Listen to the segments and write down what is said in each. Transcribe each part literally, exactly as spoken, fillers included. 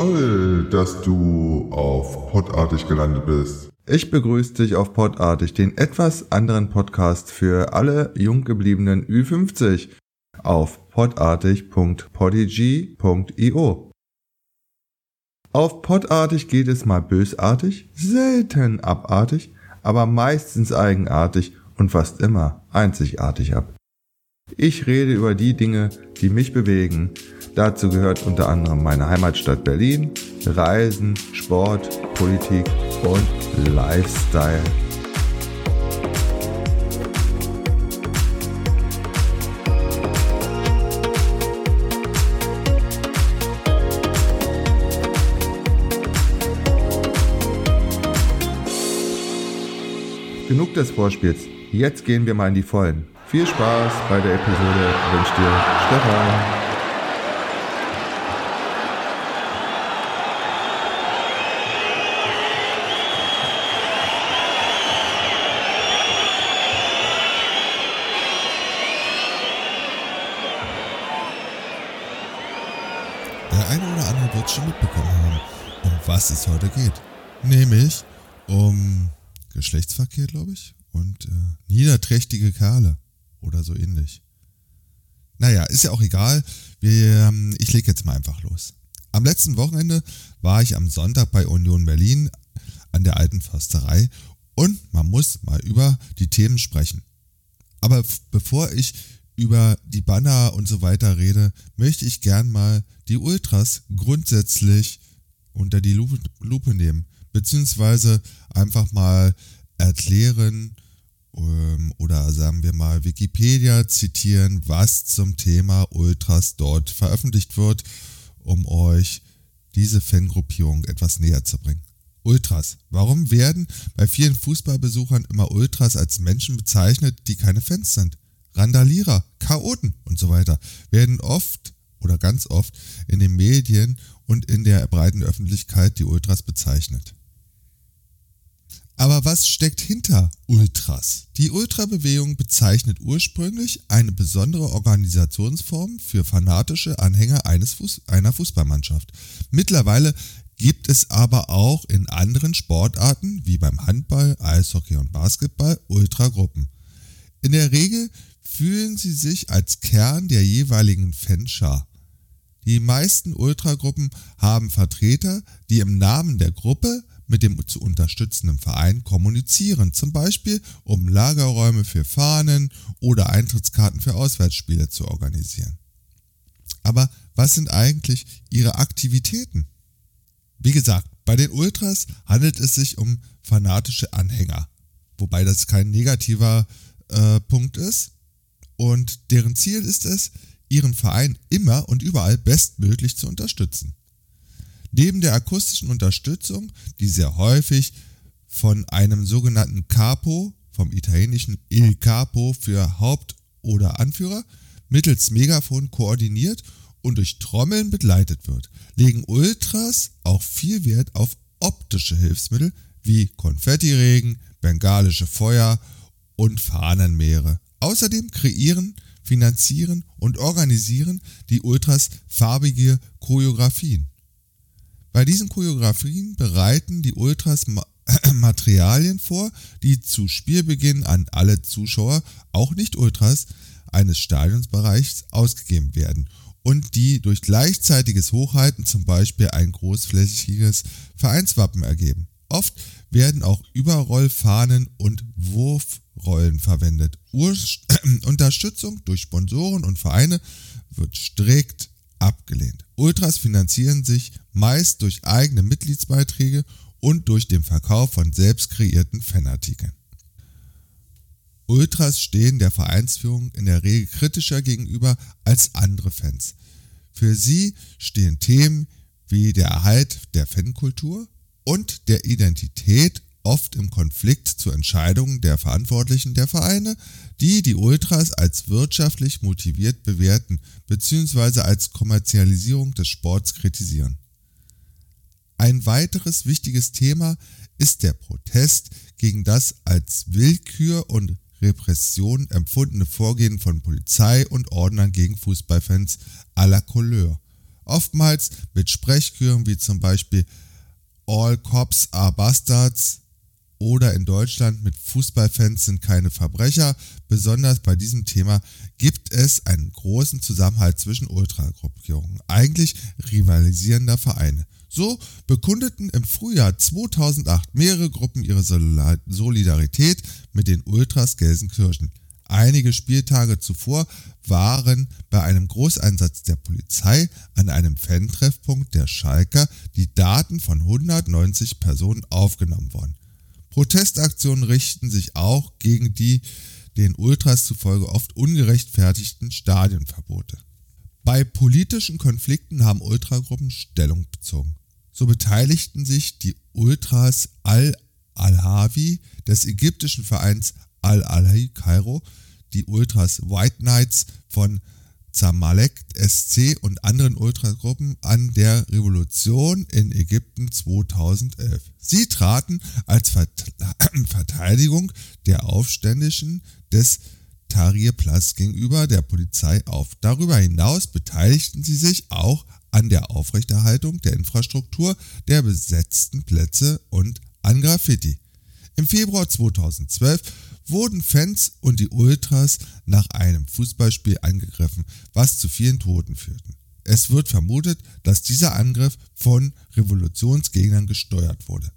Toll, dass du auf Podartig gelandet bist. Ich begrüße dich auf Podartig, den etwas anderen Podcast für alle jung gebliebenen Ü fünfzig auf podartig punkt podigy punkt io. Auf Podartig geht es mal bösartig, selten abartig, aber meistens eigenartig und fast immer einzigartig ab. Ich rede über die Dinge, die mich bewegen. Dazu gehört unter anderem meine Heimatstadt Berlin, Reisen, Sport, Politik und Lifestyle. Genug des Vorspiels, jetzt gehen wir mal in die Vollen. Viel Spaß bei der Episode, wünscht dir Stefan. Der eine oder andere wird schon mitbekommen haben, um was es heute geht. Nämlich um Geschlechtsverkehr, glaube ich, und äh, niederträchtige Kerle oder so ähnlich. Naja, ist ja auch egal. Wir, ähm, ich lege jetzt mal einfach los. Am letzten Wochenende war ich am Sonntag bei Union Berlin an der Alten Försterei und man muss mal über die Themen sprechen. Aber f- bevor ich über die Banner und so weiter rede, möchte ich gern mal die Ultras grundsätzlich unter die Lupe, Lupe nehmen, beziehungsweise einfach mal erklären ähm, oder sagen wir mal Wikipedia zitieren, was zum Thema Ultras dort veröffentlicht wird, um euch diese Fangruppierung etwas näher zu bringen. Ultras. Warum werden bei vielen Fußballbesuchern immer Ultras als Menschen bezeichnet, die keine Fans sind? Randalierer, Chaoten und so weiter werden oft oder ganz oft in den Medien und in der breiten Öffentlichkeit die Ultras bezeichnet. Aber was steckt hinter Ultras? Die Ultrabewegung bezeichnet ursprünglich eine besondere Organisationsform für fanatische Anhänger eines Fuß- einer Fußballmannschaft. Mittlerweile gibt es aber auch in anderen Sportarten wie beim Handball, Eishockey und Basketball Ultragruppen. In der Regel fühlen sie sich als Kern der jeweiligen Fanschar. Die meisten Ultragruppen haben Vertreter, die im Namen der Gruppe mit dem zu unterstützenden Verein kommunizieren, zum Beispiel um Lagerräume für Fahnen oder Eintrittskarten für Auswärtsspiele zu organisieren. Aber was sind eigentlich ihre Aktivitäten? Wie gesagt, bei den Ultras handelt es sich um fanatische Anhänger, wobei das kein negativer äh, Punkt ist. Und deren Ziel ist es, ihren Verein immer und überall bestmöglich zu unterstützen. Neben der akustischen Unterstützung, die sehr häufig von einem sogenannten Capo, vom italienischen Il Capo für Haupt- oder Anführer, mittels Megafon koordiniert und durch Trommeln begleitet wird, legen Ultras auch viel Wert auf optische Hilfsmittel wie Konfettiregen, bengalische Feuer und Fahnenmeere. Außerdem kreieren, finanzieren und organisieren die Ultras farbige Choreografien. Bei diesen Choreografien bereiten die Ultras Ma- Materialien vor, die zu Spielbeginn an alle Zuschauer, auch Nicht-Ultras, eines Stadionsbereichs ausgegeben werden und die durch gleichzeitiges Hochhalten zum Beispiel ein großflächiges Vereinswappen ergeben. Oft werden auch Überrollfahnen und Wurfrollen verwendet. Ur- Unterstützung durch Sponsoren und Vereine wird strikt abgelehnt. Ultras finanzieren sich meist durch eigene Mitgliedsbeiträge und durch den Verkauf von selbst kreierten Fanartikeln. Ultras stehen der Vereinsführung in der Regel kritischer gegenüber als andere Fans. Für sie stehen Themen wie der Erhalt der Fankultur und der Identität oft im Konflikt zu Entscheidungen der Verantwortlichen der Vereine, die die Ultras als wirtschaftlich motiviert bewerten bzw. als Kommerzialisierung des Sports kritisieren. Ein weiteres wichtiges Thema ist der Protest gegen das als Willkür und Repression empfundene Vorgehen von Polizei und Ordnern gegen Fußballfans à la Couleur. Oftmals mit Sprechchören wie zum Beispiel All Cops are Bastards oder in Deutschland mit Fußballfans sind keine Verbrecher. Besonders bei diesem Thema gibt es einen großen Zusammenhalt zwischen Ultragruppierungen, eigentlich rivalisierender Vereine. So bekundeten im Frühjahr zweitausendacht mehrere Gruppen ihre Solidarität mit den Ultras Gelsenkirchen. Einige Spieltage zuvor waren bei einem Großeinsatz der Polizei an einem Fan-Treffpunkt der Schalker die Daten von hundertneunzig Personen aufgenommen worden. Protestaktionen richten sich auch gegen die den Ultras zufolge oft ungerechtfertigten Stadionverbote. Bei politischen Konflikten haben Ultragruppen Stellung bezogen. So beteiligten sich die Ultras Al-Ahly des ägyptischen Vereins Al-Ahly Kairo, die Ultras White Knights von Zamalek S C und anderen Ultragruppen an der Revolution in Ägypten zweitausendelf. Sie traten als Verteidigung der Aufständischen des Tahrir-Platz gegenüber der Polizei auf. Darüber hinaus beteiligten sie sich auch an der Aufrechterhaltung der Infrastruktur der besetzten Plätze und an Graffiti. Im Februar zweitausendzwölf wurden Fans und die Ultras nach einem Fußballspiel angegriffen, was zu vielen Toten führte. Es wird vermutet, dass dieser Angriff von Revolutionsgegnern gesteuert wurde.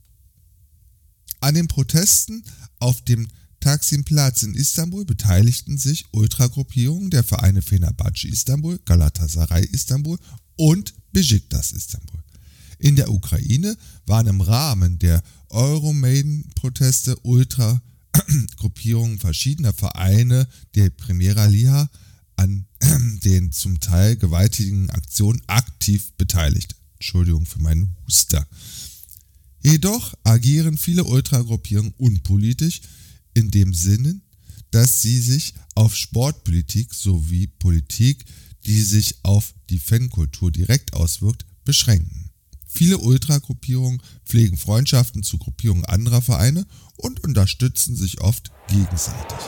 An den Protesten auf dem Taksimplatz in Istanbul beteiligten sich Ultragruppierungen der Vereine Fenerbahce Istanbul, Galatasaray Istanbul und Beşiktaş Istanbul. In der Ukraine waren im Rahmen der Euromaidan-Proteste Ultragruppierungen verschiedener Vereine der Primera Liga an den zum Teil gewalttätigen Aktionen aktiv beteiligt. Entschuldigung für meinen Huster. Jedoch agieren viele Ultragruppierungen unpolitisch, in dem Sinne, dass sie sich auf Sportpolitik sowie Politik, die sich auf die Fankultur direkt auswirkt, beschränken. Viele Ultragruppierungen pflegen Freundschaften zu Gruppierungen anderer Vereine und unterstützen sich oft gegenseitig.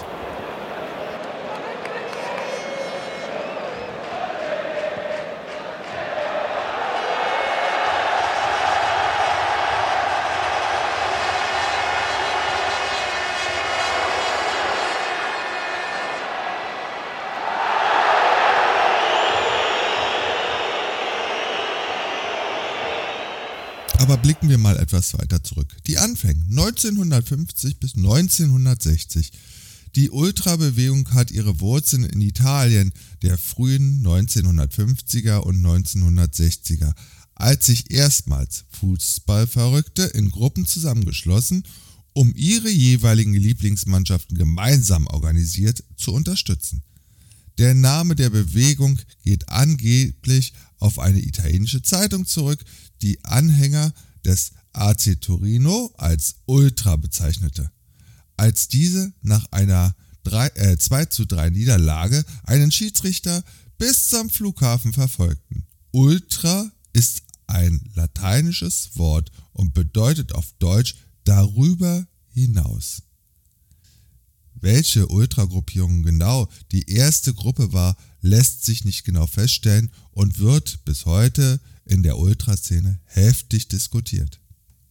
Aber blicken wir mal etwas weiter zurück. Die Anfänge neunzehnhundertfünfzig bis neunzehnhundertsechzig. Die Ultrabewegung hat ihre Wurzeln in Italien der frühen neunzehnhundertfünfziger und neunzehnhundertsechziger, als sich erstmals Fußballverrückte in Gruppen zusammengeschlossen, um ihre jeweiligen Lieblingsmannschaften gemeinsam organisiert zu unterstützen. Der Name der Bewegung geht angeblich auf eine italienische Zeitung zurück, die Anhänger des A C Torino als Ultra bezeichnete, als diese nach einer zwei zu drei Niederlage einen Schiedsrichter bis zum Flughafen verfolgten. Ultra ist ein lateinisches Wort und bedeutet auf Deutsch darüber hinaus. Welche Ultragruppierung genau die erste Gruppe war, lässt sich nicht genau feststellen und wird bis heute in der Ultraszene heftig diskutiert.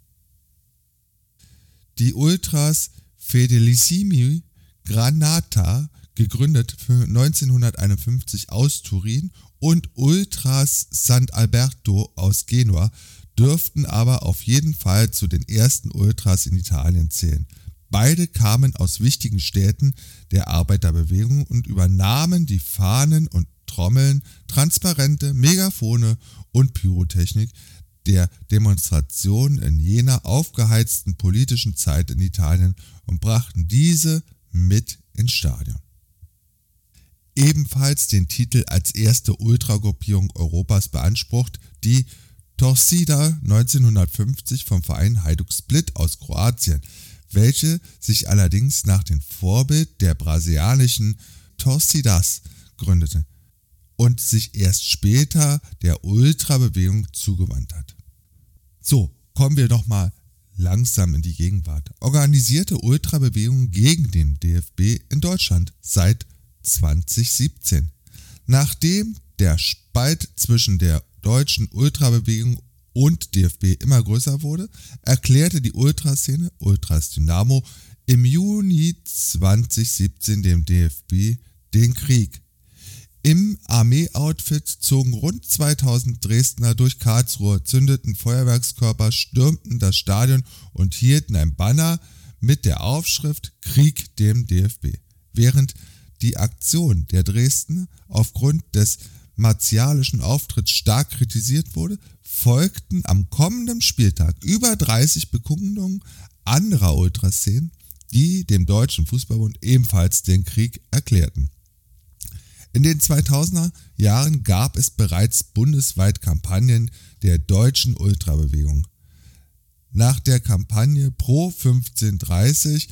Die Ultras Fedelissimi Granata, gegründet neunzehnhunderteinundfünfzig aus Turin, und Ultras Sant'Alberto aus Genua, dürften aber auf jeden Fall zu den ersten Ultras in Italien zählen. Beide kamen aus wichtigen Städten der Arbeiterbewegung und übernahmen die Fahnen und Trommeln, Transparente, Megafone und Pyrotechnik der Demonstration in jener aufgeheizten politischen Zeit in Italien und brachten diese mit ins Stadion. Ebenfalls den Titel als erste Ultragruppierung Europas beansprucht die Torcida neunzehnhundertfünfzig vom Verein Hajduk Split aus Kroatien, welche sich allerdings nach dem Vorbild der brasilianischen Torcidas gründete und sich erst später der Ultrabewegung zugewandt hat. So, kommen wir doch mal langsam in die Gegenwart. Organisierte Ultrabewegung gegen den D F B in Deutschland seit zweitausendsiebzehn. Nachdem der Spalt zwischen der deutschen Ultrabewegung und D F B immer größer wurde, erklärte die Ultraszene, Ultras Dynamo, im Juni zweitausendsiebzehn dem D F B den Krieg. Im Armee-Outfit zogen rund zweitausend Dresdner durch Karlsruhe, zündeten Feuerwerkskörper, stürmten das Stadion und hielten ein Banner mit der Aufschrift Krieg dem D F B. Während die Aktion der Dresdner aufgrund des martialischen Auftritts stark kritisiert wurde, folgten am kommenden Spieltag über dreißig Bekundungen anderer Ultraszenen, die dem Deutschen Fußballbund ebenfalls den Krieg erklärten. In den zweitausender Jahren gab es bereits bundesweit Kampagnen der deutschen Ultrabewegung. Nach der Kampagne Pro fünfzehn dreißig,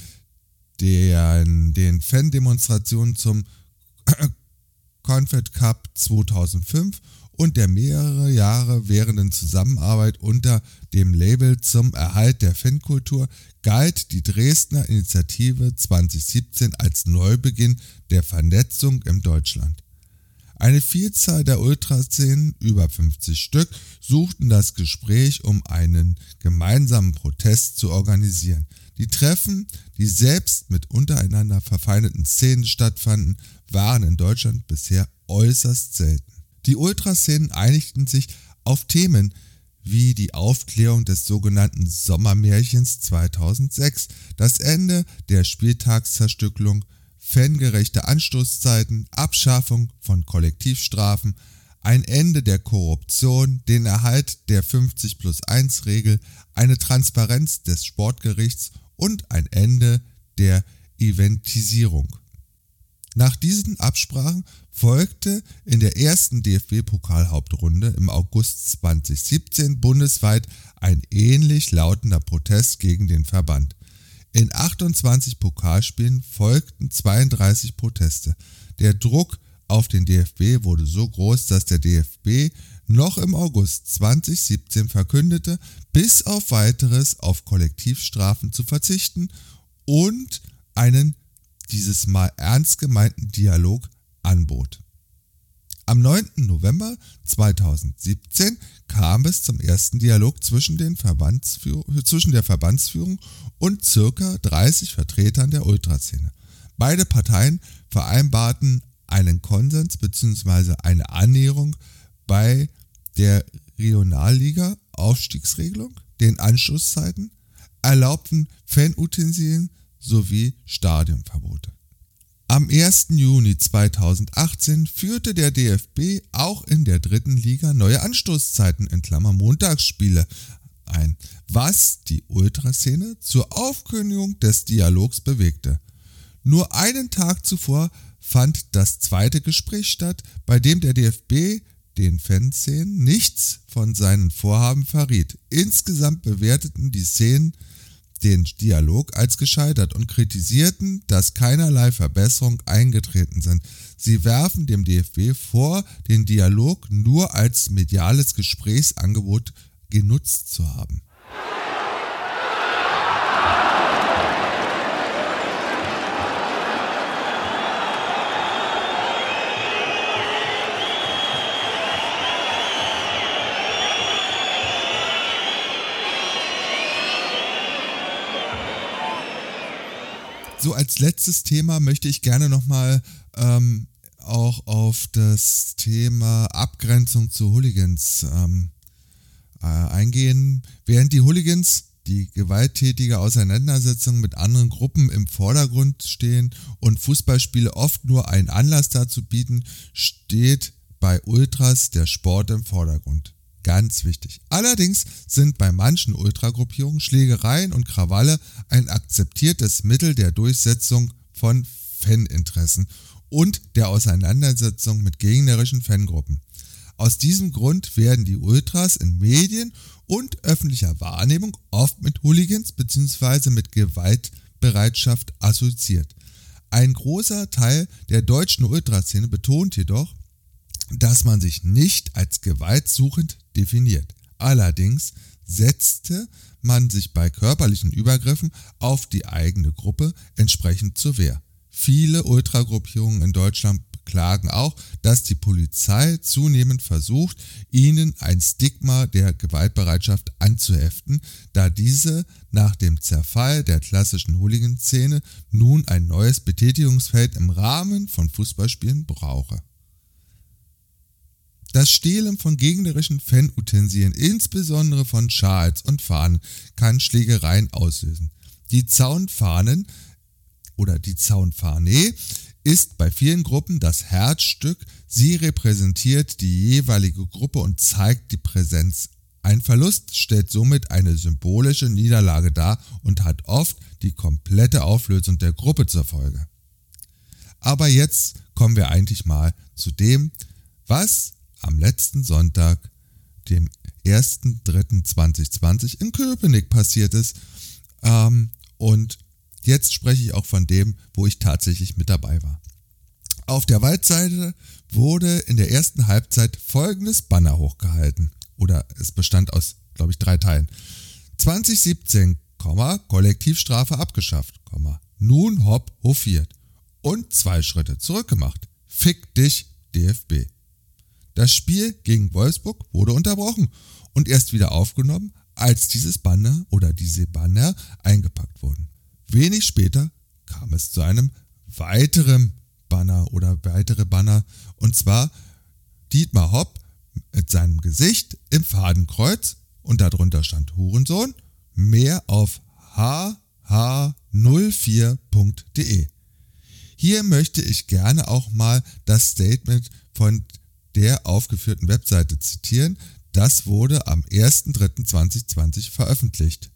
den, den Fan-Demonstrationen zum Confed Cup zweitausendfünf und der mehrere Jahre währenden Zusammenarbeit unter dem Label zum Erhalt der Fankultur galt die Dresdner Initiative zweitausendsiebzehn als Neubeginn der Vernetzung in Deutschland. Eine Vielzahl der Ultraszenen, über fünfzig Stück, suchten das Gespräch, um einen gemeinsamen Protest zu organisieren. Die Treffen, die selbst mit untereinander verfeindeten Szenen stattfanden, waren in Deutschland bisher äußerst selten. Die Ultraszenen einigten sich auf Themen wie die Aufklärung des sogenannten Sommermärchens zweitausendsechs, das Ende der Spieltagszerstückelung, fangerechte Anstoßzeiten, Abschaffung von Kollektivstrafen, ein Ende der Korruption, den Erhalt der fünfzig plus eins Regel, eine Transparenz des Sportgerichts und ein Ende der Eventisierung. Nach diesen Absprachen folgte in der ersten D F B-Pokal-Hauptrunde im August zweitausendsiebzehn bundesweit ein ähnlich lautender Protest gegen den Verband. In achtundzwanzig Pokalspielen folgten zweiunddreißig Proteste. Der Druck auf den D F B wurde so groß, dass der D F B noch im August zweitausendsiebzehn verkündete, bis auf Weiteres auf Kollektivstrafen zu verzichten und einen dieses Mal ernst gemeinten Dialog anbot. Am neunten November zweitausendsiebzehn kam es zum ersten Dialog zwischen, den Verbandsführ- zwischen der Verbandsführung und ca. dreißig Vertretern der Ultraszene. Beide Parteien vereinbarten einen Konsens bzw. eine Annäherung bei der Regionalliga-Aufstiegsregelung, den Anschlusszeiten, erlaubten Fanutensilien sowie Stadionverbote. Am ersten Juni zweitausendachtzehn führte der D F B auch in der dritten Liga neue Anstoßzeiten in Klammern Montagsspiele ein, was die Ultraszene zur Aufkündigung des Dialogs bewegte. Nur einen Tag zuvor fand das zweite Gespräch statt, bei dem der D F B den Fanszenen nichts von seinen Vorhaben verriet. Insgesamt bewerteten die Szenen den Dialog als gescheitert und kritisierten, dass keinerlei Verbesserungen eingetreten sind. Sie werfen dem D F B vor, den Dialog nur als mediales Gesprächsangebot genutzt zu haben. So, als letztes Thema möchte ich gerne nochmal ähm, auch auf das Thema Abgrenzung zu Hooligans ähm, äh, eingehen. Während die Hooligans, die gewalttätige Auseinandersetzungen mit anderen Gruppen im Vordergrund stehen und Fußballspiele oft nur einen Anlass dazu bieten, steht bei Ultras der Sport im Vordergrund. Ganz wichtig. Allerdings sind bei manchen Ultragruppierungen Schlägereien und Krawalle ein akzeptiertes Mittel der Durchsetzung von Faninteressen und der Auseinandersetzung mit gegnerischen Fangruppen. Aus diesem Grund werden die Ultras in Medien und öffentlicher Wahrnehmung oft mit Hooligans bzw. mit Gewaltbereitschaft assoziiert. Ein großer Teil der deutschen Ultraszene betont jedoch, dass man sich nicht als gewaltsuchend definiert. Allerdings setzte man sich bei körperlichen Übergriffen auf die eigene Gruppe entsprechend zur Wehr. Viele Ultragruppierungen in Deutschland klagen auch, dass die Polizei zunehmend versucht, ihnen ein Stigma der Gewaltbereitschaft anzuheften, da diese nach dem Zerfall der klassischen Hooligan-Szene nun ein neues Betätigungsfeld im Rahmen von Fußballspielen brauche. Das Stehlen von gegnerischen Fanutensilien, insbesondere von Schals und Fahnen, kann Schlägereien auslösen. Die Zaunfahnen oder die Zaunfahne ist bei vielen Gruppen das Herzstück. Sie repräsentiert die jeweilige Gruppe und zeigt die Präsenz. Ein Verlust stellt somit eine symbolische Niederlage dar und hat oft die komplette Auflösung der Gruppe zur Folge. Aber jetzt kommen wir eigentlich mal zu dem, was am letzten Sonntag, dem ersten dritten zweitausendzwanzig in Köpenick passiert ist. Ähm, und jetzt spreche ich auch von dem, wo ich tatsächlich mit dabei war. Auf der Waldseite wurde in der ersten Halbzeit folgendes Banner hochgehalten. Oder es bestand aus, glaube ich, drei Teilen. zwanzig siebzehn, Kollektivstrafe abgeschafft, nun Hopp hofiert. Und zwei Schritte zurückgemacht. Fick dich, D F B. Das Spiel gegen Wolfsburg wurde unterbrochen und erst wieder aufgenommen, als dieses Banner oder diese Banner eingepackt wurden. Wenig später kam es zu einem weiteren Banner oder weitere Banner, und zwar Dietmar Hopp mit seinem Gesicht im Fadenkreuz und darunter stand Hurensohn, mehr auf h h null vier punkt de. Hier möchte ich gerne auch mal das Statement von der aufgeführten Webseite zitieren. Das wurde am ersten dritten zweitausendzwanzig veröffentlicht.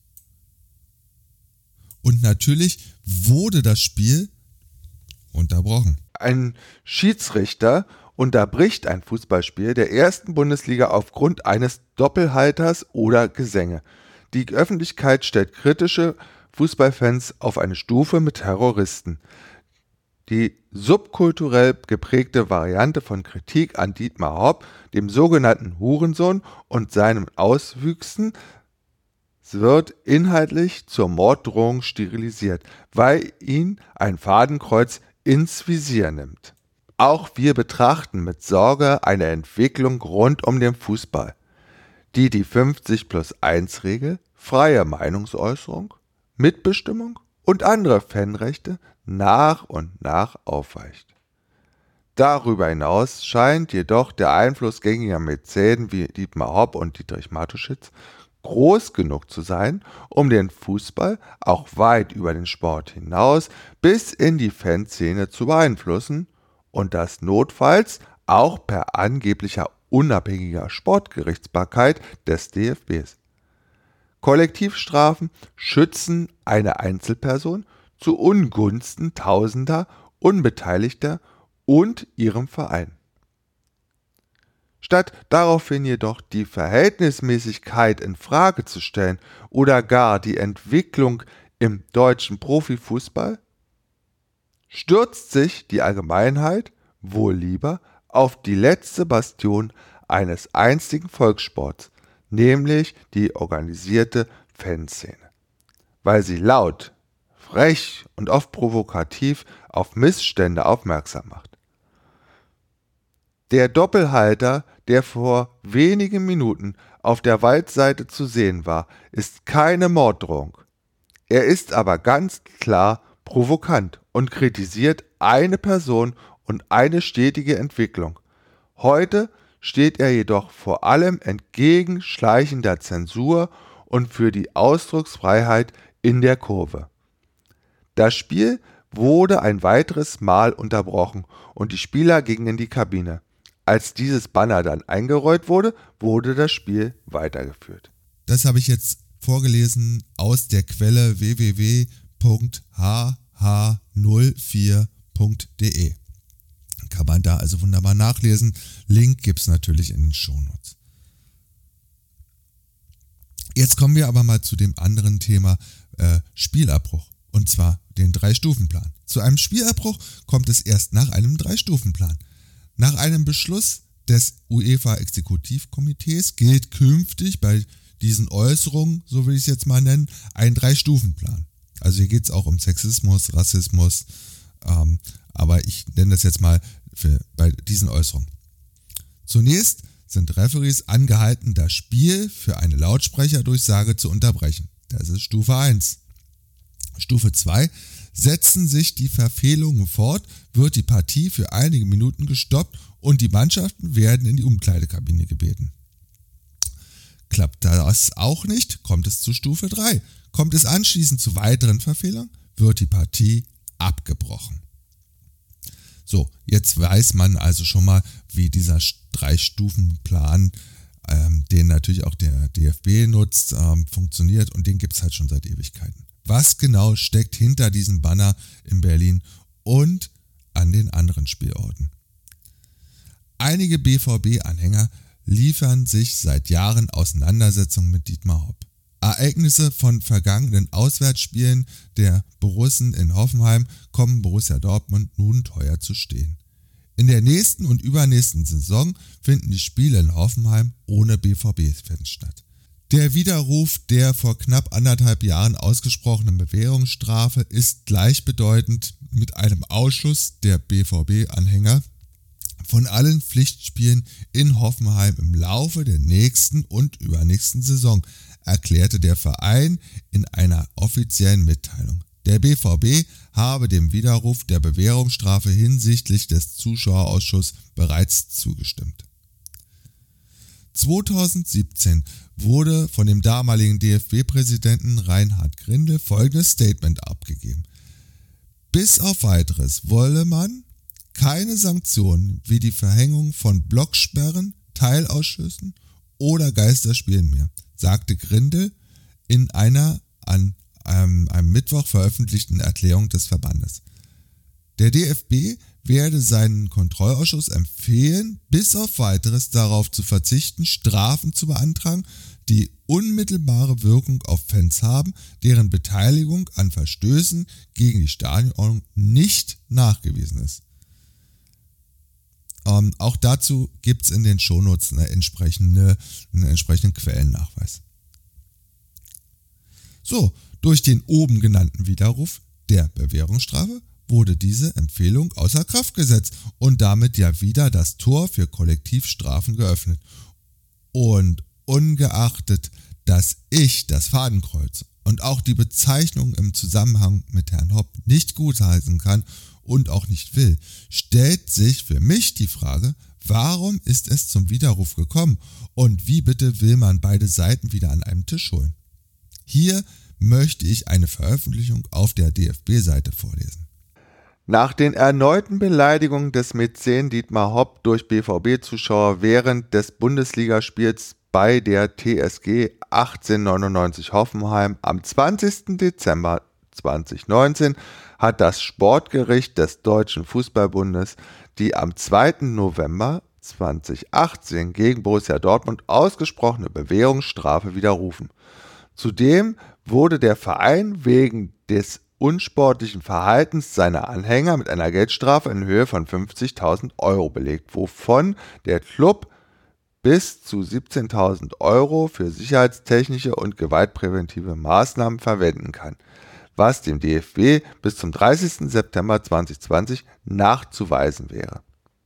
Und natürlich wurde das Spiel unterbrochen. Ein Schiedsrichter unterbricht ein Fußballspiel der ersten Bundesliga aufgrund eines Doppelhalters oder Gesänge. Die Öffentlichkeit stellt kritische Fußballfans auf eine Stufe mit Terroristen. Die subkulturell geprägte Variante von Kritik an Dietmar Hopp, dem sogenannten Hurensohn und seinen Auswüchsen, wird inhaltlich zur Morddrohung stilisiert, weil ihn ein Fadenkreuz ins Visier nimmt. Auch wir betrachten mit Sorge eine Entwicklung rund um den Fußball, die die fünfzig plus eins Regel, freie Meinungsäußerung, Mitbestimmung und andere Fanrechte nach und nach aufweicht. Darüber hinaus scheint jedoch der Einfluss gängiger Mäzen wie Dietmar Hopp und Dietrich Mateschitz groß genug zu sein, um den Fußball auch weit über den Sport hinaus bis in die Fanszene zu beeinflussen und das notfalls auch per angeblicher unabhängiger Sportgerichtsbarkeit des D F Bs. Kollektivstrafen schützen eine Einzelperson zu Ungunsten tausender Unbeteiligter und ihrem Verein. Statt daraufhin jedoch die Verhältnismäßigkeit in Frage zu stellen oder gar die Entwicklung im deutschen Profifußball, stürzt sich die Allgemeinheit wohl lieber auf die letzte Bastion eines einzigen Volkssports, nämlich die organisierte Fanszene, weil sie laut, frech und oft provokativ auf Missstände aufmerksam macht. Der Doppelhalter, der vor wenigen Minuten auf der Waldseite zu sehen war, ist keine Morddrohung. Er ist aber ganz klar provokant und kritisiert eine Person und eine stetige Entwicklung. Heute steht er jedoch vor allem entgegen schleichender Zensur und für die Ausdrucksfreiheit in der Kurve. Das Spiel wurde ein weiteres Mal unterbrochen und die Spieler gingen in die Kabine. Als dieses Banner dann eingerollt wurde, wurde das Spiel weitergeführt. Das habe ich jetzt vorgelesen aus der Quelle w w w punkt h h null vier punkt de. Kann man da also wunderbar nachlesen. Link gibt es natürlich in den Shownotes. Jetzt kommen wir aber mal zu dem anderen Thema äh, Spielabbruch. Und zwar den Drei-Stufen-Plan. Zu einem Spielabbruch kommt es erst nach einem Drei-Stufen-Plan. Nach einem Beschluss des UEFA-Exekutivkomitees gilt künftig bei diesen Äußerungen, so will ich es jetzt mal nennen, ein Drei-Stufen-Plan. Also hier geht es auch um Sexismus, Rassismus, ähm, aber ich nenne das jetzt mal für, bei diesen Äußerungen. Zunächst sind Referees angehalten, das Spiel für eine Lautsprecherdurchsage zu unterbrechen. Das ist Stufe eins. Stufe zwei. Setzen sich die Verfehlungen fort, wird die Partie für einige Minuten gestoppt und die Mannschaften werden in die Umkleidekabine gebeten. Klappt das auch nicht, kommt es zu Stufe drei. Kommt es anschließend zu weiteren Verfehlungen, wird die Partie abgebrochen. So, jetzt weiß man also schon mal, wie dieser Drei-Stufen-Plan, ähm, den natürlich auch der D F B nutzt, ähm, funktioniert, und den gibt es halt schon seit Ewigkeiten. Was genau steckt hinter diesem Banner in Berlin und an den anderen Spielorten? Einige B V B-Anhänger liefern sich seit Jahren Auseinandersetzungen mit Dietmar Hopp. Ereignisse von vergangenen Auswärtsspielen der Borussen in Hoffenheim kommen Borussia Dortmund nun teuer zu stehen. In der nächsten und übernächsten Saison finden die Spiele in Hoffenheim ohne B V B-Fans statt. Der Widerruf der vor knapp anderthalb Jahren ausgesprochenen Bewährungsstrafe ist gleichbedeutend mit einem Ausschluss der B V B-Anhänger von allen Pflichtspielen in Hoffenheim im Laufe der nächsten und übernächsten Saison, erklärte der Verein in einer offiziellen Mitteilung. Der B V B habe dem Widerruf der Bewährungsstrafe hinsichtlich des Zuschauerausschusses bereits zugestimmt. zweitausendsiebzehn wurde von dem damaligen D F B-Präsidenten Reinhard Grindel folgendes Statement abgegeben: Bis auf Weiteres wolle man keine Sanktionen wie die Verhängung von Blocksperren, Teilausschüssen oder Geisterspielen mehr, sagte Grindel in einer an ähm, einem Mittwoch veröffentlichten Erklärung des Verbandes. Der D F B werde seinen Kontrollausschuss empfehlen, bis auf Weiteres darauf zu verzichten, Strafen zu beantragen, die unmittelbare Wirkung auf Fans haben, deren Beteiligung an Verstößen gegen die Stadionordnung nicht nachgewiesen ist. Ähm, auch dazu gibt es in den Shownotes eine entsprechende, einen entsprechenden Quellennachweis. So, durch den oben genannten Widerruf der Bewährungsstrafe wurde diese Empfehlung außer Kraft gesetzt und damit ja wieder das Tor für Kollektivstrafen geöffnet. Und ungeachtet, dass ich das Fadenkreuz und auch die Bezeichnung im Zusammenhang mit Herrn Hopp nicht gutheißen kann und auch nicht will, stellt sich für mich die Frage, warum ist es zum Widerruf gekommen und wie bitte will man beide Seiten wieder an einem Tisch holen? Hier möchte ich eine Veröffentlichung auf der D F B-Seite vorlesen. Nach den erneuten Beleidigungen des Mäzen Dietmar Hopp durch B V B-Zuschauer während des Bundesligaspiels bei der T S G achtzehnhundertneunundneunzig Hoffenheim am zwanzigsten Dezember zweitausendneunzehn hat das Sportgericht des Deutschen Fußballbundes die am zweiten November zweitausendachtzehn gegen Borussia Dortmund ausgesprochene Bewährungsstrafe widerrufen. Zudem wurde der Verein wegen des unsportlichen Verhaltens seiner Anhänger mit einer Geldstrafe in Höhe von fünfzigtausend Euro belegt, wovon der Club bis zu siebzehntausend Euro für sicherheitstechnische und gewaltpräventive Maßnahmen verwenden kann, was dem D F B bis zum dreißigsten September zweitausendzwanzig nachzuweisen wäre.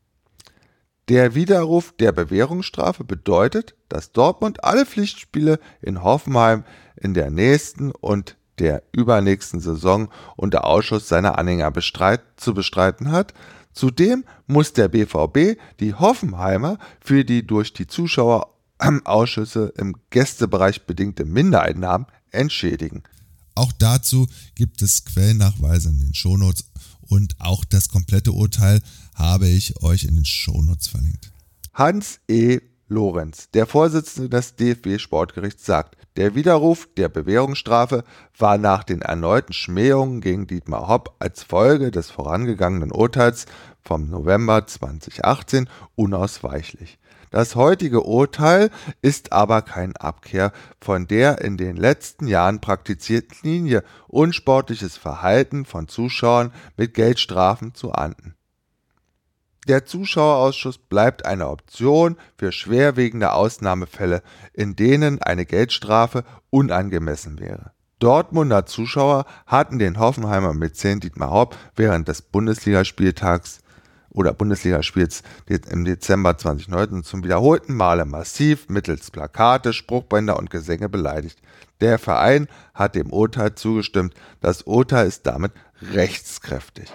Der Widerruf der Bewährungsstrafe bedeutet, dass Dortmund alle Pflichtspiele in Hoffenheim in der nächsten und der übernächsten Saison unter Ausschuss seiner Anhänger bestreit, zu bestreiten hat. Zudem muss der B V B die Hoffenheimer für die durch die Zuschauerausschüsse im Gästebereich bedingte Mindereinnahmen entschädigen. Auch dazu gibt es Quellennachweise in den Shownotes und auch das komplette Urteil habe ich euch in den Shownotes verlinkt. Hans E. Lorenz, der Vorsitzende des D F B-Sportgerichts, sagt, der Widerruf der Bewährungsstrafe war nach den erneuten Schmähungen gegen Dietmar Hopp als Folge des vorangegangenen Urteils vom November zweitausendachtzehn unausweichlich. Das heutige Urteil ist aber keine Abkehr von der in den letzten Jahren praktizierten Linie, unsportliches Verhalten von Zuschauern mit Geldstrafen zu ahnden. Der Zuschauerausschuss bleibt eine Option für schwerwiegende Ausnahmefälle, in denen eine Geldstrafe unangemessen wäre. Dortmunder Zuschauer hatten den Hoffenheimer Mäzen Dietmar Hopp während des Bundesligaspieltags oder Bundesligaspiels im Dezember zweitausendneunzehn zum wiederholten Male massiv mittels Plakate, Spruchbänder und Gesänge beleidigt. Der Verein hat dem Urteil zugestimmt. Das Urteil ist damit rechtskräftig.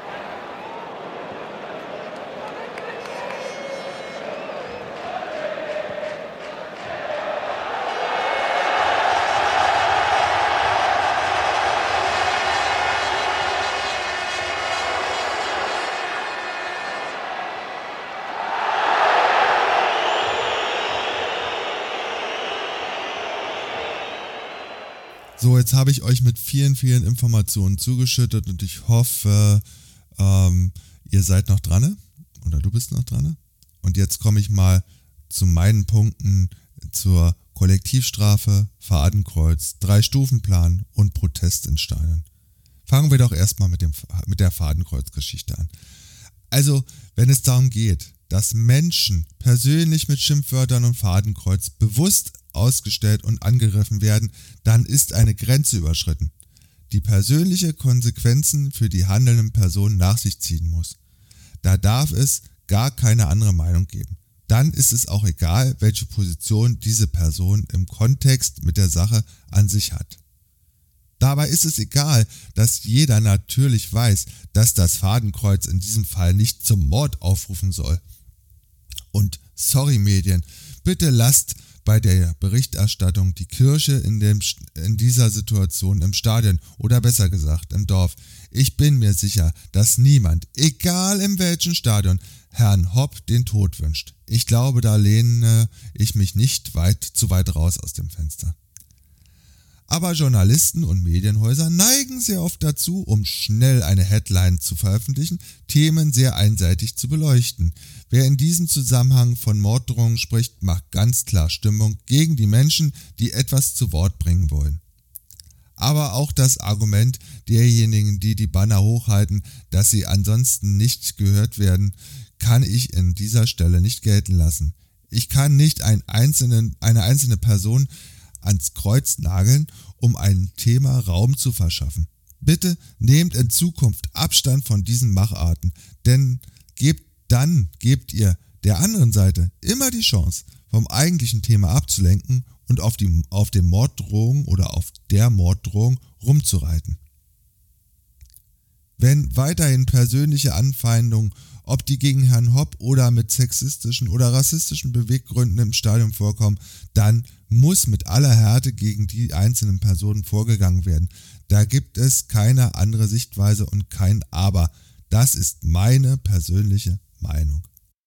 So, jetzt habe ich euch mit vielen, vielen Informationen zugeschüttet und ich hoffe, ähm, ihr seid noch dran oder du bist noch dran. Und jetzt komme ich mal zu meinen Punkten zur Kollektivstrafe, Fadenkreuz, Drei-Stufen-Plan und Protest in Stadion. Fangen wir doch erstmal mit, dem, mit der Fadenkreuz-Geschichte an. Also, wenn es darum geht, dass Menschen persönlich mit Schimpfwörtern und Fadenkreuz bewusst ausgestellt und angegriffen werden, dann ist eine Grenze überschritten, die persönliche Konsequenzen für die handelnden Personen nach sich ziehen muss. Da darf es gar keine andere Meinung geben. Dann ist es auch egal, welche Position diese Person im Kontext mit der Sache an sich hat. Dabei ist es egal, dass jeder natürlich weiß, dass das Fadenkreuz in diesem Fall nicht zum Mord aufrufen soll. Und sorry Medien, bitte lasst bei der Berichterstattung die Kirche in, dem, in dieser Situation im Stadion oder besser gesagt im Dorf. Ich bin mir sicher, dass niemand, egal in welchem Stadion, Herrn Hopp den Tod wünscht. Ich glaube, da lehne ich mich nicht weit zu weit raus aus dem Fenster. Aber Journalisten und Medienhäuser neigen sehr oft dazu, um schnell eine Headline zu veröffentlichen, Themen sehr einseitig zu beleuchten. Wer in diesem Zusammenhang von Morddrohungen spricht, macht ganz klar Stimmung gegen die Menschen, die etwas zu Wort bringen wollen. Aber auch das Argument derjenigen, die die Banner hochhalten, dass sie ansonsten nicht gehört werden, kann ich in dieser Stelle nicht gelten lassen. Ich kann nicht einen einzelnen, eine einzelne Person ans Kreuz nageln, um einem Thema Raum zu verschaffen. Bitte nehmt in Zukunft Abstand von diesen Macharten, denn gebt dann gebt ihr der anderen Seite immer die Chance, vom eigentlichen Thema abzulenken und auf, die, auf den Morddrohungen oder auf der Morddrohung rumzureiten. Wenn weiterhin persönliche Anfeindungen, ob die gegen Herrn Hopp oder mit sexistischen oder rassistischen Beweggründen im Stadion vorkommen, dann muss mit aller Härte gegen die einzelnen Personen vorgegangen werden. Da gibt es keine andere Sichtweise und kein Aber. Das ist meine persönliche Meinung.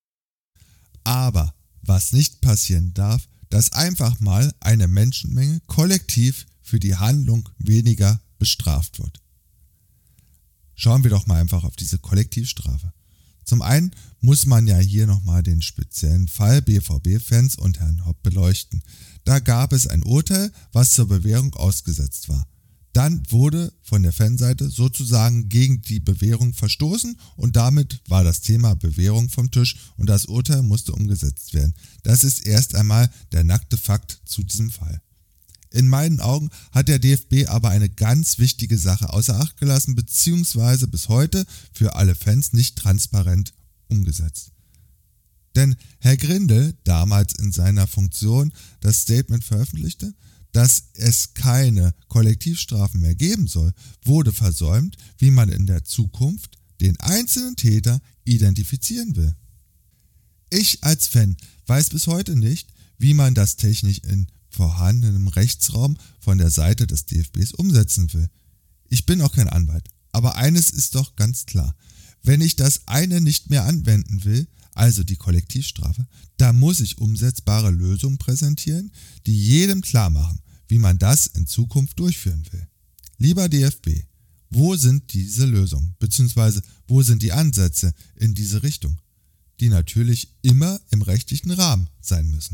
Aber was nicht passieren darf, dass einfach mal eine Menschenmenge kollektiv für die Handlung weniger bestraft wird. Schauen wir doch mal einfach auf diese Kollektivstrafe. Zum einen muss man ja hier nochmal den speziellen Fall B V B-Fans und Herrn Hopp beleuchten. Da gab es ein Urteil, was zur Bewährung ausgesetzt war. Dann wurde von der Fanseite sozusagen gegen die Bewährung verstoßen und damit war das Thema Bewährung vom Tisch und das Urteil musste umgesetzt werden. Das ist erst einmal der nackte Fakt zu diesem Fall. In meinen Augen hat der D F B aber eine ganz wichtige Sache außer Acht gelassen bzw. bis heute für alle Fans nicht transparent umgesetzt. Denn Herr Grindel damals in seiner Funktion das Statement veröffentlichte, dass es keine Kollektivstrafen mehr geben soll, wurde versäumt, wie man in der Zukunft den einzelnen Täter identifizieren will. Ich als Fan weiß bis heute nicht, wie man das technisch in vorhandenem Rechtsraum von der Seite des D F Bs umsetzen will. Ich bin auch kein Anwalt, aber eines ist doch ganz klar. Wenn ich das eine nicht mehr anwenden will, also die Kollektivstrafe, da muss ich umsetzbare Lösungen präsentieren, die jedem klar machen, wie man das in Zukunft durchführen will. Lieber D F B, wo sind diese Lösungen, beziehungsweise wo sind die Ansätze in diese Richtung, die natürlich immer im rechtlichen Rahmen sein müssen.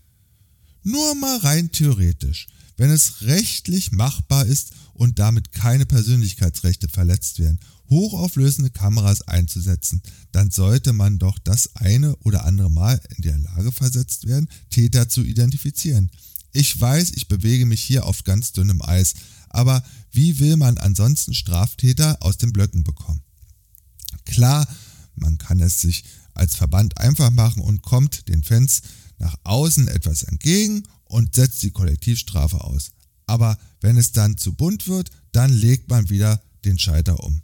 Nur mal rein theoretisch, wenn es rechtlich machbar ist und damit keine Persönlichkeitsrechte verletzt werden, hochauflösende Kameras einzusetzen, dann sollte man doch das eine oder andere Mal in der Lage versetzt werden, Täter zu identifizieren. Ich weiß, ich bewege mich hier auf ganz dünnem Eis, aber wie will man ansonsten Straftäter aus den Blöcken bekommen? Klar, man kann es sich als Verband einfach machen und kommt den Fans nach außen etwas entgegen und setzt die Kollektivstrafe aus. Aber wenn es dann zu bunt wird, dann legt man wieder den Schalter um.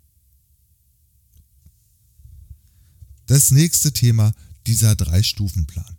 Das nächste Thema, dieser Drei-Stufen-Plan.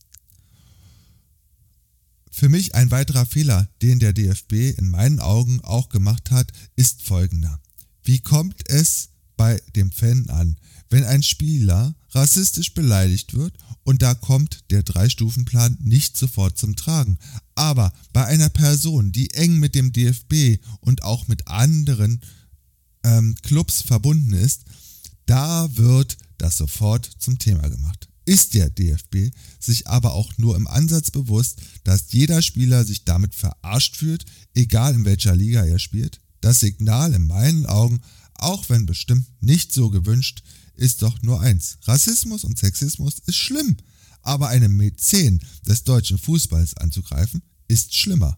Für mich ein weiterer Fehler, den der D F B in meinen Augen auch gemacht hat, ist folgender. Wie kommt es bei dem Fan an, wenn ein Spieler rassistisch beleidigt wird und da kommt der Drei-Stufen-Plan nicht sofort zum Tragen? Aber bei einer Person, die eng mit dem D F B und auch mit anderen ähm, Clubs verbunden ist, da wird das sofort zum Thema gemacht. Ist der D F B sich aber auch nur im Ansatz bewusst, dass jeder Spieler sich damit verarscht fühlt, egal in welcher Liga er spielt? Das Signal in meinen Augen, auch wenn bestimmt nicht so gewünscht, ist doch nur eins. Rassismus und Sexismus ist schlimm, aber einen Mäzen des deutschen Fußballs anzugreifen, ist schlimmer.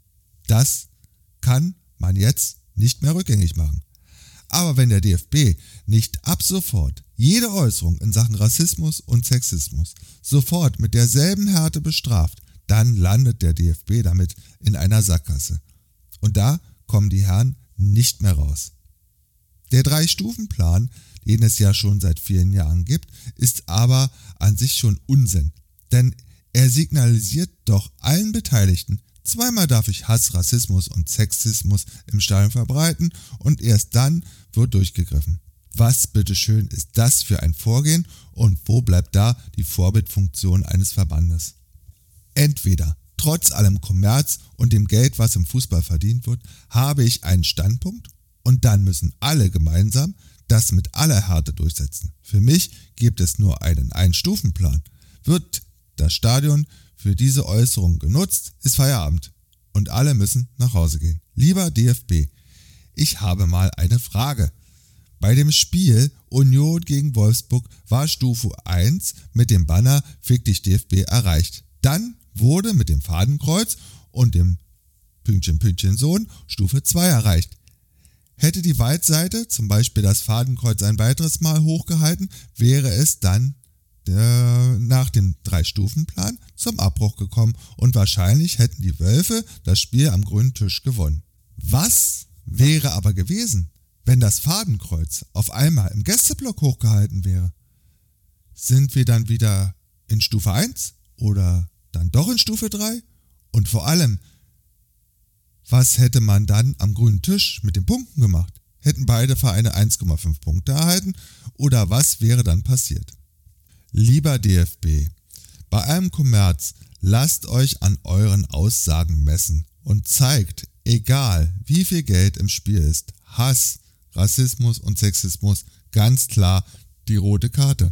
Das kann man jetzt nicht mehr rückgängig machen. Aber wenn der D F B nicht ab sofort jede Äußerung in Sachen Rassismus und Sexismus sofort mit derselben Härte bestraft, dann landet der D F B damit in einer Sackgasse. Und da kommen die Herren nicht mehr raus. Der Drei-Stufen-Plan, den es ja schon seit vielen Jahren gibt, ist aber an sich schon Unsinn. Denn er signalisiert doch allen Beteiligten, zweimal darf ich Hass, Rassismus und Sexismus im Stadion verbreiten und erst dann wird durchgegriffen. Was bitteschön ist das für ein Vorgehen und wo bleibt da die Vorbildfunktion eines Verbandes? Entweder trotz allem Kommerz und dem Geld, was im Fußball verdient wird, habe ich einen Standpunkt und dann müssen alle gemeinsam das mit aller Härte durchsetzen. Für mich gibt es nur einen Ein-Stufen-Plan. Wird das Stadion für diese Äußerung genutzt, ist Feierabend und alle müssen nach Hause gehen. Lieber D F B, ich habe mal eine Frage. Bei dem Spiel Union gegen Wolfsburg war Stufe eins mit dem Banner Fick dich D F B erreicht. Dann wurde mit dem Fadenkreuz und dem Pünktchen Pünktchen Sohn Stufe zwei erreicht. Hätte die Waldseite zum Beispiel das Fadenkreuz ein weiteres Mal hochgehalten, wäre es dann der, nach dem Drei-Stufen-Plan zum Abbruch gekommen und wahrscheinlich hätten die Wölfe das Spiel am grünen Tisch gewonnen. Was wäre aber gewesen, wenn das Fadenkreuz auf einmal im Gästeblock hochgehalten wäre? Sind wir dann wieder in Stufe eins oder dann doch in Stufe drei? Und vor allem, was hätte man dann am grünen Tisch mit den Punkten gemacht? Hätten beide Vereine eins Komma fünf Punkte erhalten oder was wäre dann passiert? Lieber D F B, bei allem Kommerz lasst euch an euren Aussagen messen und zeigt, egal wie viel Geld im Spiel ist, Hass, Rassismus und Sexismus, ganz klar die rote Karte.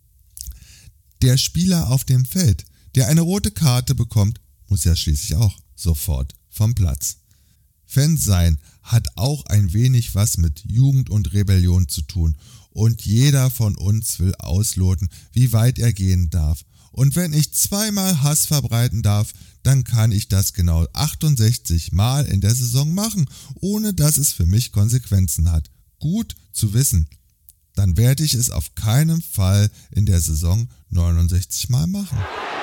Der Spieler auf dem Feld, der eine rote Karte bekommt, muss ja schließlich auch sofort vom Platz. Fan sein hat auch ein wenig was mit Jugend und Rebellion zu tun und jeder von uns will ausloten, wie weit er gehen darf. Und wenn ich zweimal Hass verbreiten darf, dann kann ich das genau achtundsechzig Mal in der Saison machen, ohne dass es für mich Konsequenzen hat. Gut zu wissen. Dann werde ich es auf keinen Fall in der Saison neunundsechzig Mal machen.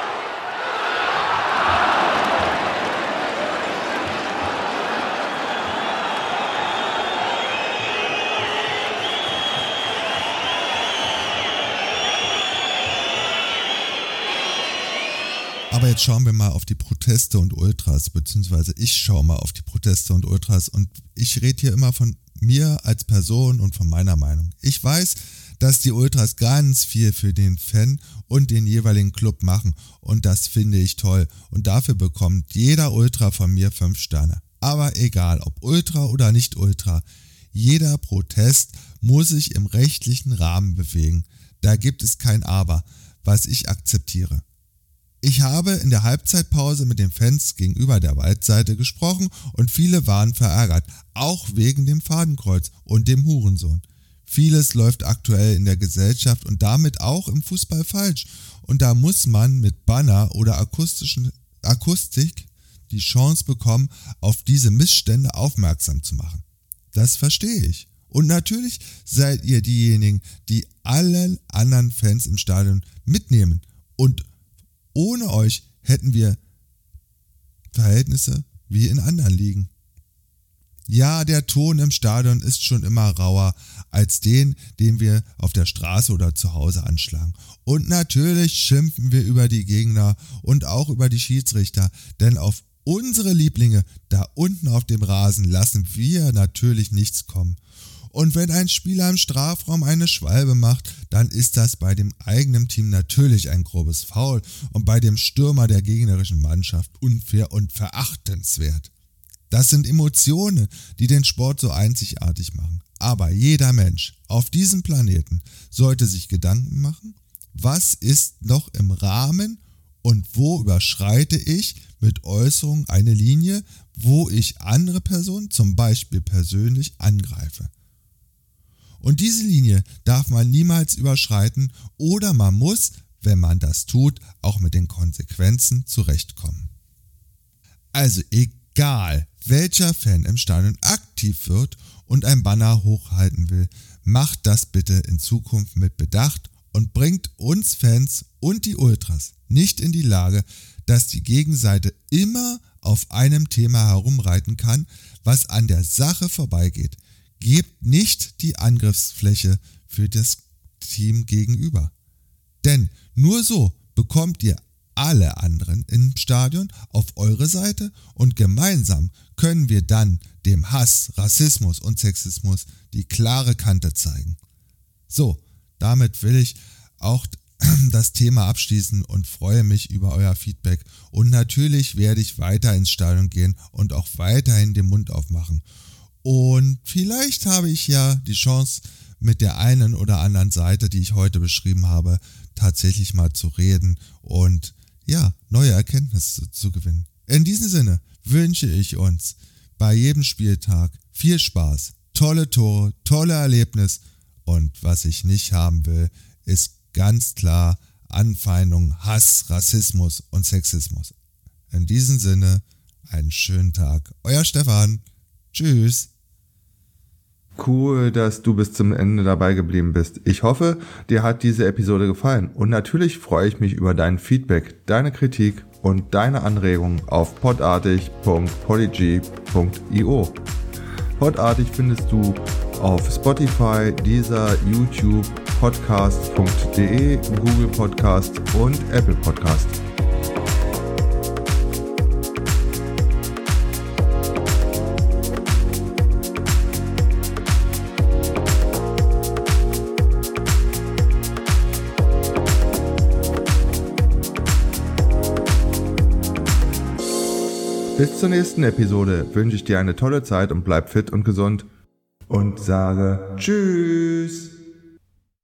Aber jetzt schauen wir mal auf die Proteste und Ultras, beziehungsweise ich schaue mal auf die Proteste und Ultras und ich rede hier immer von mir als Person und von meiner Meinung. Ich weiß, dass die Ultras ganz viel für den Fan und den jeweiligen Club machen und das finde ich toll und dafür bekommt jeder Ultra von mir fünf Sterne. Aber egal, ob Ultra oder nicht Ultra, jeder Protest muss sich im rechtlichen Rahmen bewegen. Da gibt es kein Aber, was ich akzeptiere. Ich habe in der Halbzeitpause mit den Fans gegenüber der Waldseite gesprochen und viele waren verärgert, auch wegen dem Fadenkreuz und dem Hurensohn. Vieles läuft aktuell in der Gesellschaft und damit auch im Fußball falsch und da muss man mit Banner oder akustischen Akustik die Chance bekommen, auf diese Missstände aufmerksam zu machen. Das verstehe ich Und natürlich seid ihr diejenigen, die allen anderen Fans im Stadion mitnehmen. Und ohne euch hätten wir Verhältnisse wie in anderen Ligen. Ja, der Ton im Stadion ist schon immer rauer als den, den wir auf der Straße oder zu Hause anschlagen. Und natürlich schimpfen wir über die Gegner und auch über die Schiedsrichter, denn auf unsere Lieblinge da unten auf dem Rasen lassen wir natürlich nichts kommen. Und wenn ein Spieler im Strafraum eine Schwalbe macht, dann ist das bei dem eigenen Team natürlich ein grobes Foul und bei dem Stürmer der gegnerischen Mannschaft unfair und verachtenswert. Das sind Emotionen, die den Sport so einzigartig machen. Aber jeder Mensch auf diesem Planeten sollte sich Gedanken machen, was ist noch im Rahmen und wo überschreite ich mit Äußerungen eine Linie, wo ich andere Personen zum Beispiel persönlich angreife. Und diese Linie darf man niemals überschreiten oder man muss, wenn man das tut, auch mit den Konsequenzen zurechtkommen. Also egal, welcher Fan im Stadion aktiv wird und ein Banner hochhalten will, macht das bitte in Zukunft mit Bedacht und bringt uns Fans und die Ultras nicht in die Lage, dass die Gegenseite immer auf einem Thema herumreiten kann, was an der Sache vorbeigeht. Gebt nicht die Angriffsfläche für das Team gegenüber. Denn nur so bekommt ihr alle anderen im Stadion auf eure Seite und gemeinsam können wir dann dem Hass, Rassismus und Sexismus die klare Kante zeigen. So, damit will ich auch das Thema abschließen und freue mich über euer Feedback. Und natürlich werde ich weiter ins Stadion gehen und auch weiterhin den Mund aufmachen. Und vielleicht habe ich ja die Chance, mit der einen oder anderen Seite, die ich heute beschrieben habe, tatsächlich mal zu reden und ja, neue Erkenntnisse zu gewinnen. In diesem Sinne wünsche ich uns bei jedem Spieltag viel Spaß, tolle Tore, tolle Erlebnis und was ich nicht haben will, ist ganz klar Anfeindung, Hass, Rassismus und Sexismus. In diesem Sinne, einen schönen Tag. Euer Stefan. Tschüss. Cool, dass du bis zum Ende dabei geblieben bist. Ich hoffe, dir hat diese Episode gefallen und natürlich freue ich mich über dein Feedback, deine Kritik und deine Anregungen auf podartig punkt podigy punkt io. Podartig findest du auf Spotify, Deezer, YouTube, podcast punkt de, Google Podcast und Apple Podcast. Bis zur nächsten Episode wünsche ich dir eine tolle Zeit und bleib fit und gesund und sage Tschüss.